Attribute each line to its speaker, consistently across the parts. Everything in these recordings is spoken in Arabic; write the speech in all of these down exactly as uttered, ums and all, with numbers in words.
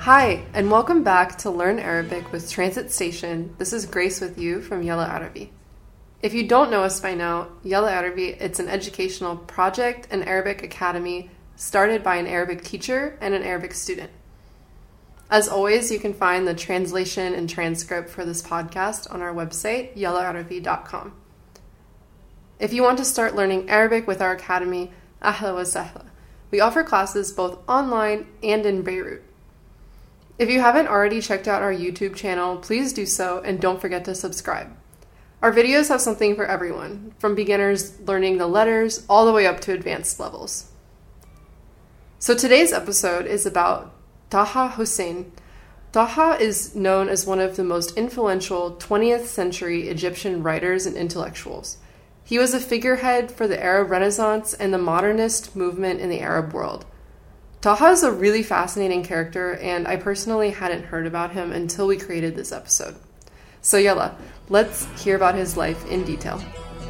Speaker 1: Hi, and welcome back to Learn Arabic with Transit Station. This is Grace with you from Yalla Arabi. If you don't know us by now, Yalla Arabi, it's an educational project and Arabic academy started by an Arabic teacher and an Arabic student. As always, you can find the translation and transcript for this podcast on our website, yalla arabi dot com. If you want to start learning Arabic with our academy, ahla wa sahla. We offer classes both online and in Beirut. If you haven't already checked out our YouTube channel, please do so and don't forget to subscribe. Our videos have something for everyone, from beginners learning the letters all the way up to advanced levels. So today's episode is about Taha Hussein. Taha is known as one of the most influential twentieth century Egyptian writers and intellectuals. He was a figurehead for the Arab Renaissance and the modernist movement in the Arab world. Taha is a really fascinating character, and I personally hadn't heard about him until we created this episode. So yalla, let's hear about his life in detail.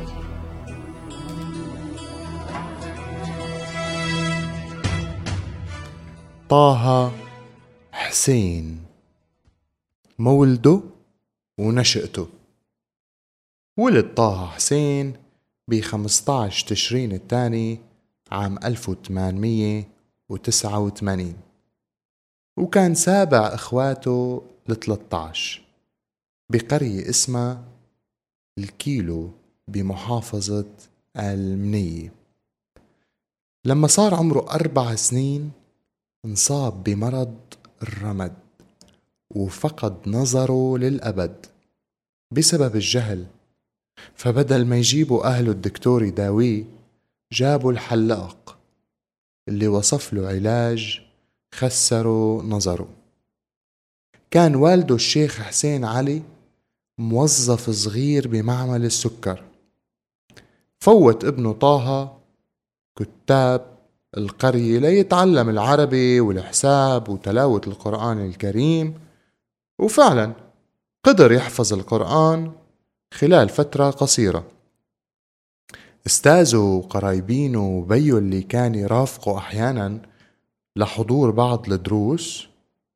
Speaker 2: طه حسين، مولده ونشأته. ولد طه حسين ب خمسة عشر تشرين الثاني عام ألف وثمانمية وتسعة وثمانين، وكان سابع إخواته لثلاثة عشر بقرية اسمها الكيلو بمحافظة المنية. لما صار عمره أربع سنين انصاب بمرض الرمد وفقد نظره للأبد بسبب الجهل، فبدل ما يجيبوا أهله الدكتور يداويه جابوا الحلاق اللي وصف له علاج خسروا نظره. كان والده الشيخ حسين علي موظف صغير بمعمل السكر، فوت ابنه طه كتاب القرية ليتعلم العربي والحساب وتلاوة القرآن الكريم، وفعلا قدر يحفظ القرآن خلال فترة قصيرة. استاذه وقرايبينه وبيه اللي كان يرافقه أحيانا لحضور بعض الدروس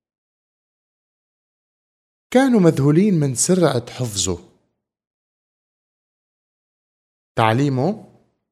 Speaker 2: كانوا مذهولين من سرعة حفظه. تعليمه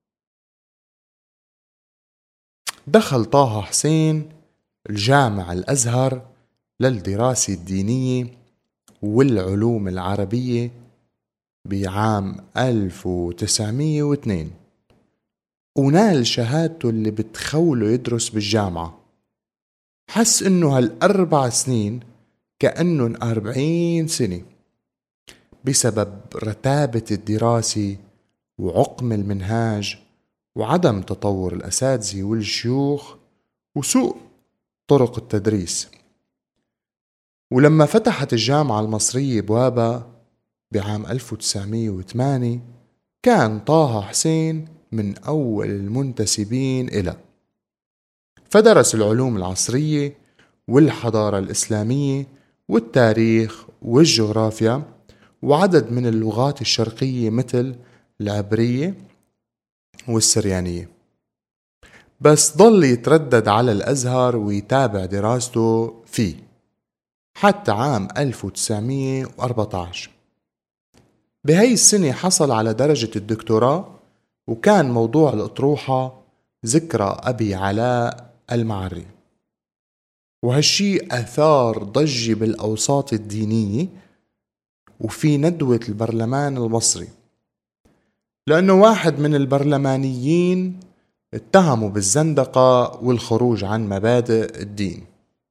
Speaker 2: دخل طه حسين الجامع الأزهر للدراسة الدينية والعلوم العربية بعام ألف وتسعمية واثنين، ونال شهادته اللي بتخوله يدرس بالجامعة. حس انه هالأربع سنين كأنهم أربعين سنة بسبب رتابة الدراسة وعقم المنهاج وعدم تطور الأساتذة والشيوخ وسوء طرق التدريس. ولما فتحت الجامعة المصرية بوابا بعام ألف وتسعمية وثمانية كان طه حسين من أول المنتسبين إلى، فدرس العلوم العصرية والحضارة الإسلامية والتاريخ والجغرافيا وعدد من اللغات الشرقية مثل العبرية والسريانية. بس ضل يتردد على الأزهر ويتابع دراسته فيه حتى عام ألف وتسعمية وأربعة عشر. بهاي السنة حصل على درجة الدكتوراه، وكان موضوع الأطروحة ذكرى أبي علاء المعري، وهالشي أثار ضجة بالأوساط الدينية وفي ندوة البرلمان المصري، لأنه واحد من البرلمانيين اتهموا بالزندقة والخروج عن مبادئ الدين.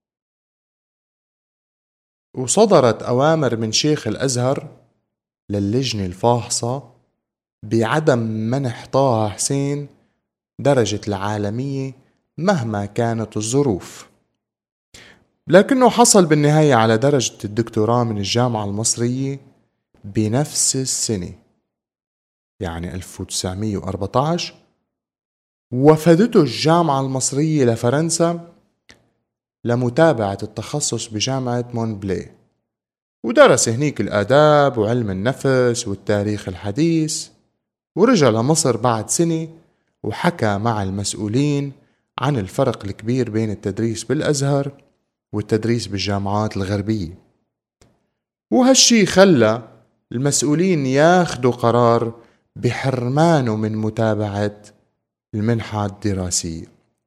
Speaker 2: وصدرت أوامر من شيخ الأزهر للجنة الفاحصة بعدم منح طه حسين درجة العالمية مهما كانت الظروف، لكنه حصل بالنهاية على درجة الدكتوراه من الجامعة المصرية بنفس السنة، يعني ألف وتسعمية وأربعة عشر. وفدته الجامعة المصرية لفرنسا لمتابعة التخصص بجامعة مونبلي، ودرس هنيك الآداب وعلم النفس والتاريخ الحديث، ورجع لمصر بعد سنة وحكى مع المسؤولين عن الفرق الكبير بين التدريس بالأزهر والتدريس بالجامعات الغربية. وهالشي خلى المسؤولين ياخدوا قرار بحرمانه من متابعة المنحة الدراسية.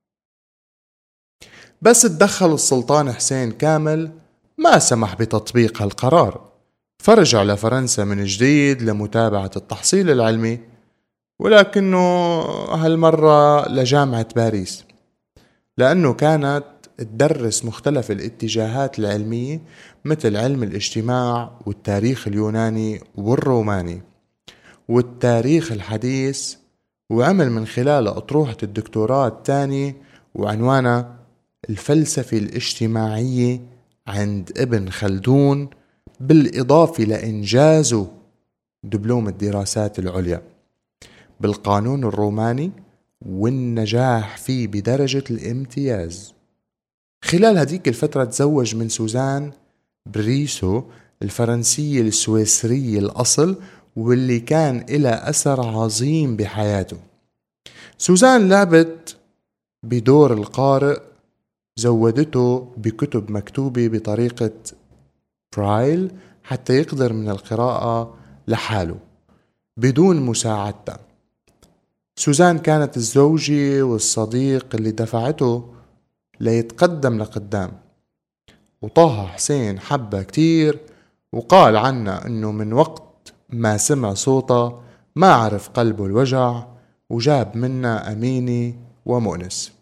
Speaker 2: بس تدخل السلطان حسين كامل ما سمح بتطبيق هالقرار، فرجع لفرنسا من جديد لمتابعة التحصيل العلمي، ولكنه هالمرة لجامعة باريس، لأنه كانت تدرس مختلف الاتجاهات العلمية مثل علم الاجتماع والتاريخ اليوناني والروماني والتاريخ الحديث، وعمل من خلال أطروحة الدكتوراه الثاني وعنوانها الفلسفة الاجتماعية عند ابن خلدون، بالإضافة لإنجازه دبلوم الدراسات العليا بالقانون الروماني والنجاح فيه بدرجة الامتياز. خلال هديك الفترة تزوج من سوزان بريسو الفرنسية السويسرية الأصل، واللي كان إلى أثر عظيم بحياته. سوزان لعبت بدور القارئ، زودته بكتب مكتوبة بطريقة برايل حتى يقدر من القراءة لحاله بدون مساعدته. سوزان كانت الزوجة والصديق اللي دفعته ليتقدم لقدام، وطه حسين حبها كتير وقال عنها انه من وقت ما سمع صوتها ما عرف قلبه الوجع، وجاب منا أمينة ومؤنس.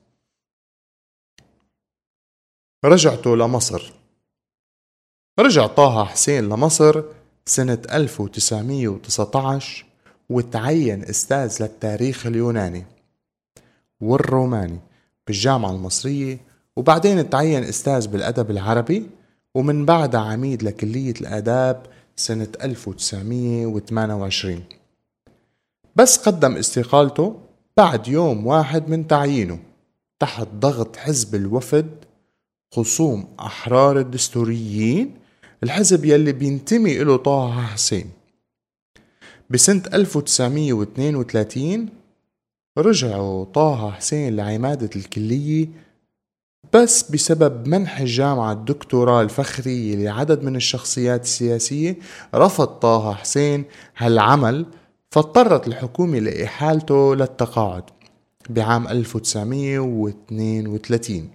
Speaker 2: رجعته لمصر. رجع طه حسين لمصر سنة ألف وتسعمية وتسعة عشر وتعين أستاذ للتاريخ اليوناني والروماني بالجامعة المصرية، وبعدين تعين أستاذ بالأدب العربي، ومن بعدها عميد لكلية الآداب سنة ألف وتسعمية وثمانية وعشرين. بس قدم استقالته بعد يوم واحد من تعيينه تحت ضغط حزب الوفد خصوم أحرار الدستوريين، الحزب يلي بينتمي إله طه حسين. بسنة ألف وتسعمية واثنين وثلاثين رجعوا طه حسين لعمادة الكلية، بس بسبب منح الجامعة الدكتوراه الفخرية لعدد من الشخصيات السياسية رفض طه حسين هالعمل، فاضطرت الحكومة لإحالته للتقاعد بعام ألف وتسعمية واثنين وثلاثين.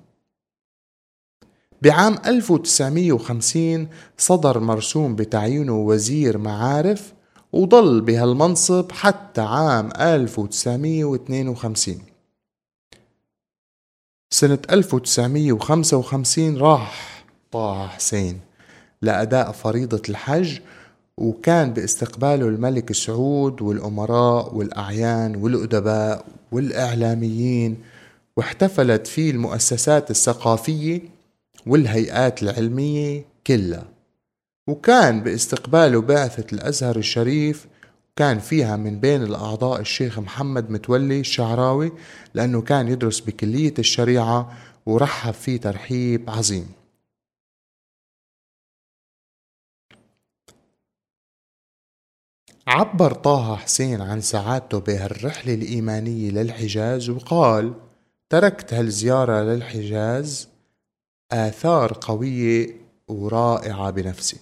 Speaker 2: بعام ألف وتسعمية وخمسين صدر مرسوم بتعيينه وزير معارف، وضل بهالمنصب حتى عام ألف وتسعمية واثنين وخمسين. سنة ألف وتسعمية وخمسة وخمسين راح طه حسين لأداء فريضة الحج، وكان باستقباله الملك سعود والأمراء والأعيان والأدباء والإعلاميين، واحتفلت فيه المؤسسات الثقافية والهيئات العلمية كلها. وكان باستقباله بعثة الأزهر الشريف، كان فيها من بين الأعضاء الشيخ محمد متولي الشعراوي لأنه كان يدرس بكلية الشريعة، ورحب فيه ترحيب عظيم. عبر طه حسين عن سعادته بهالرحلة الإيمانية للحجاز وقال: تركت هالزيارة للحجاز آثار قوية ورائعة بنفسي،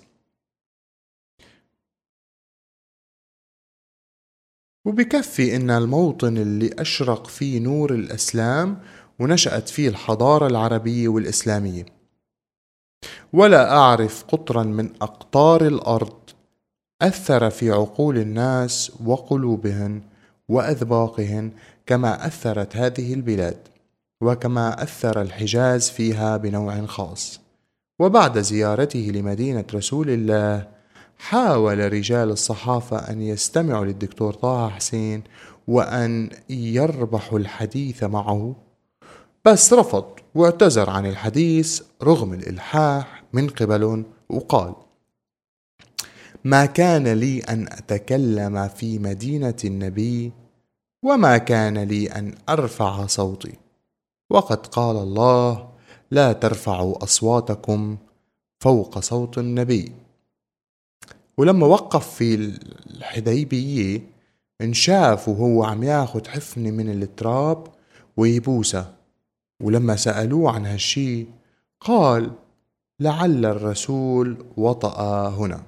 Speaker 2: وبكفي إن الموطن اللي أشرق فيه نور الإسلام ونشأت فيه الحضارة العربية والإسلامية، ولا أعرف قطرا من أقطار الأرض أثر في عقول الناس وقلوبهن وأذواقهن كما أثرت هذه البلاد، وكما أثر الحجاز فيها بنوع خاص. وبعد زيارته لمدينة رسول الله حاول رجال الصحافة أن يستمعوا للدكتور طه حسين وأن يربحوا الحديث معه، بس رفض واعتذر عن الحديث رغم الإلحاح من قبلهم، وقال: ما كان لي أن أتكلم في مدينة النبي، وما كان لي أن أرفع صوتي، وقد قال الله: لا ترفعوا أصواتكم فوق صوت النبي. ولما وقف في الحديبية انشاف وهو عم ياخد حفنة من التراب ويبوسه، ولما سألوه عن هالشي قال: لعل الرسول وطأ هنا.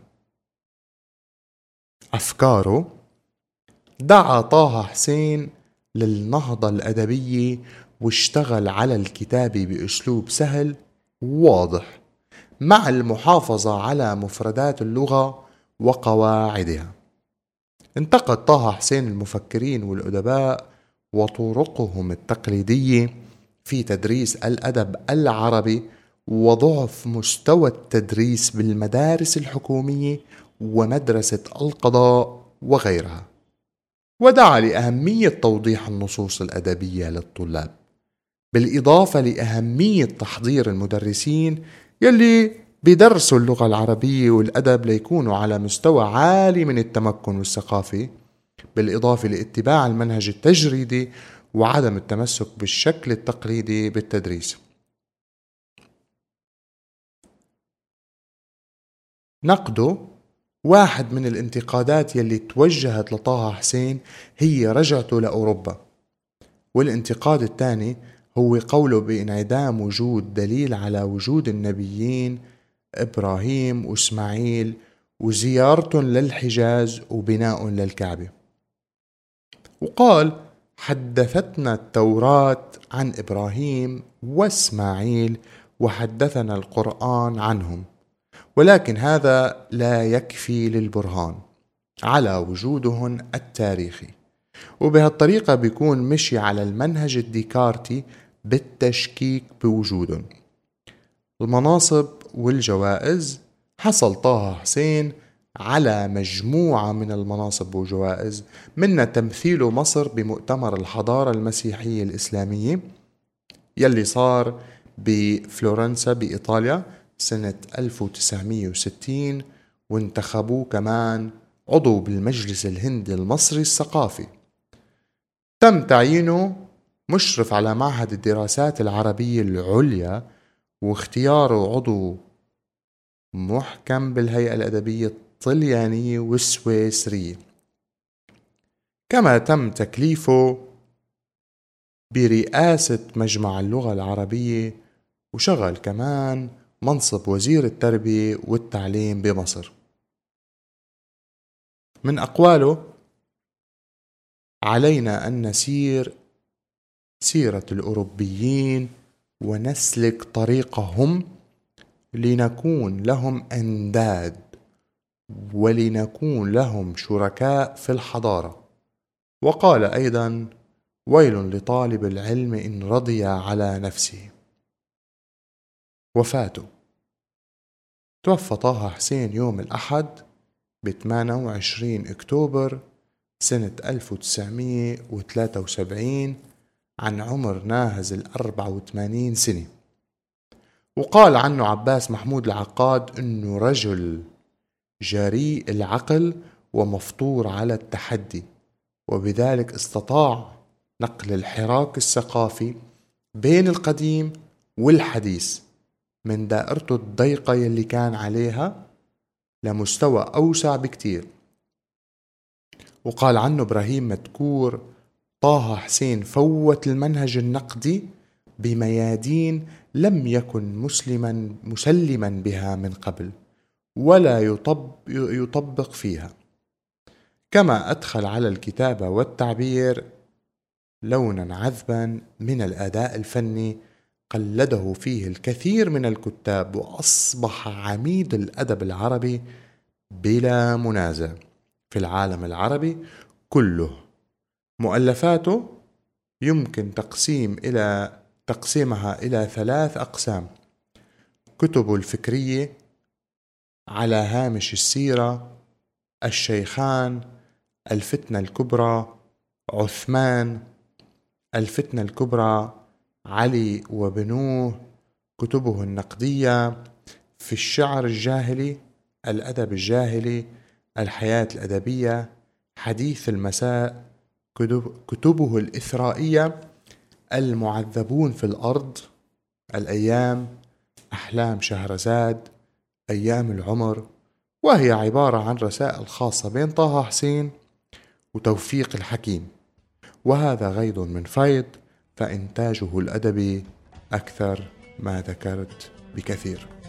Speaker 2: أفكاره: دعا طه حسين للنهضة الأدبية واشتغل على الكتاب بأسلوب سهل وواضح مع المحافظة على مفردات اللغة وقواعدها. انتقد طه حسين المفكرين والأدباء وطرقهم التقليدية في تدريس الأدب العربي وضعف مستوى التدريس بالمدارس الحكومية ومدرسة القضاء وغيرها، ودعا لأهمية توضيح النصوص الأدبية للطلاب، بالإضافة لأهمية تحضير المدرسين يلي بيدرسوا اللغة العربية والأدب ليكونوا على مستوى عالي من التمكن والثقافة، بالإضافة لاتباع المنهج التجريدي وعدم التمسك بالشكل التقليدي بالتدريس. نقده: واحد من الانتقادات يلي توجهت لطه حسين هي رجعته لأوروبا، والانتقاد الثاني هو قوله بانعدام وجود دليل على وجود النبيين إبراهيم وإسماعيل وزيارة للحجاز وبناء للكعبة. وقال: حدثتنا التوراة عن إبراهيم وإسماعيل وحدثنا القرآن عنهم، ولكن هذا لا يكفي للبرهان على وجودهن التاريخي. وبهالطريقة بيكون مشي على المنهج الديكارتي بالتشكيك بوجودهم. المناصب والجوائز: حصل طه حسين على مجموعة من المناصب والجوائز، منها تمثيل مصر بمؤتمر الحضارة المسيحية الإسلامية يلي صار بفلورنسا بإيطاليا سنة ألف وتسعمية وستين، وانتخبوه كمان عضو بالمجلس الهندي المصري الثقافي. تم تعيينه مشرف على معهد الدراسات العربية العليا، واختياره عضو محكم بالهيئة الأدبية الطليانية والسويسرية. كما تم تكليفه برئاسة مجمع اللغة العربية، وشغل كمان منصب وزير التربية والتعليم بمصر. من أقواله: علينا أن نسير سيرة الأوروبيين ونسلك طريقهم لنكون لهم أنداد ولنكون لهم شركاء في الحضارة. وقال أيضا: ويل لطالب العلم إن رضي على نفسه. وفاته: توفى طه حسين يوم الأحد ب ثمانية وعشرين أكتوبر سنة ألف وتسعمية وثلاثة وسبعين عن عمر ناهز الأربع وثمانين سنة. وقال عنه عباس محمود العقاد إنه رجل جريء العقل ومفطور على التحدي، وبذلك استطاع نقل الحراك الثقافي بين القديم والحديث من دائرته الضيقة يلي كان عليها لمستوى أوسع بكتير. وقال عنه إبراهيم مدكور: طه حسين فوت المنهج النقدي بميادين لم يكن مسلما مسلما بها من قبل ولا يطب يطبق فيها، كما أدخل على الكتابة والتعبير لونا عذبا من الأداء الفني قلده فيه الكثير من الكتاب، وأصبح عميد الأدب العربي بلا منازع في العالم العربي كله. مؤلفاته يمكن تقسيم إلى تقسيمها إلى ثلاث أقسام: كتب الفكرية، على هامش السيرة، الشيخان، الفتنة الكبرى، عثمان، الفتنة الكبرى، علي وبنوه، كتبه النقدية، في الشعر الجاهلي، الأدب الجاهلي، الحياة الأدبية، حديث المساء، كتبه الإثرائية، المعذبون في الأرض، الأيام، أحلام شهرزاد، أيام العمر، وهي عبارة عن رسائل خاصة بين طه حسين وتوفيق الحكيم. وهذا غيض من فيض، فإنتاجه الأدبي أكثر ما ذكرت بكثير.